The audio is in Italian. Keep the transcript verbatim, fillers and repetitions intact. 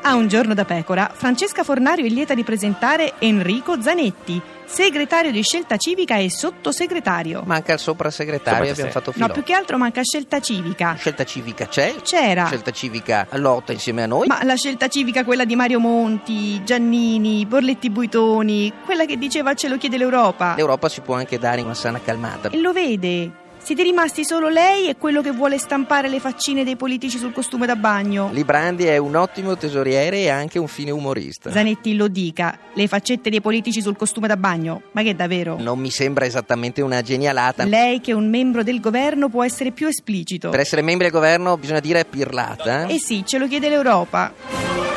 A Un giorno da pecora, Francesca Fornario è lieta di presentare Enrico Zanetti, segretario di Scelta Civica e sottosegretario. Manca il soprasegretario, abbiamo fatto No, filò. più che altro manca Scelta Civica. Scelta Civica c'è? C'era. Scelta Civica lotta insieme a noi? Ma la Scelta Civica, quella di Mario Monti, Giannini, Borletti Buitoni, quella che diceva ce lo chiede l'Europa. L'Europa si può anche dare una sana calmata. E lo vede. Siete rimasti solo lei e quello che vuole stampare le faccine dei politici sul costume da bagno. Librandi è un ottimo tesoriere e anche un fine umorista. Zanetti lo dica, le faccette dei politici sul costume da bagno, ma che davvero? Non mi sembra esattamente una genialata. Lei che è un membro del governo può essere più esplicito. Per essere membri del governo bisogna dire pirlata. Eh sì, ce lo chiede l'Europa.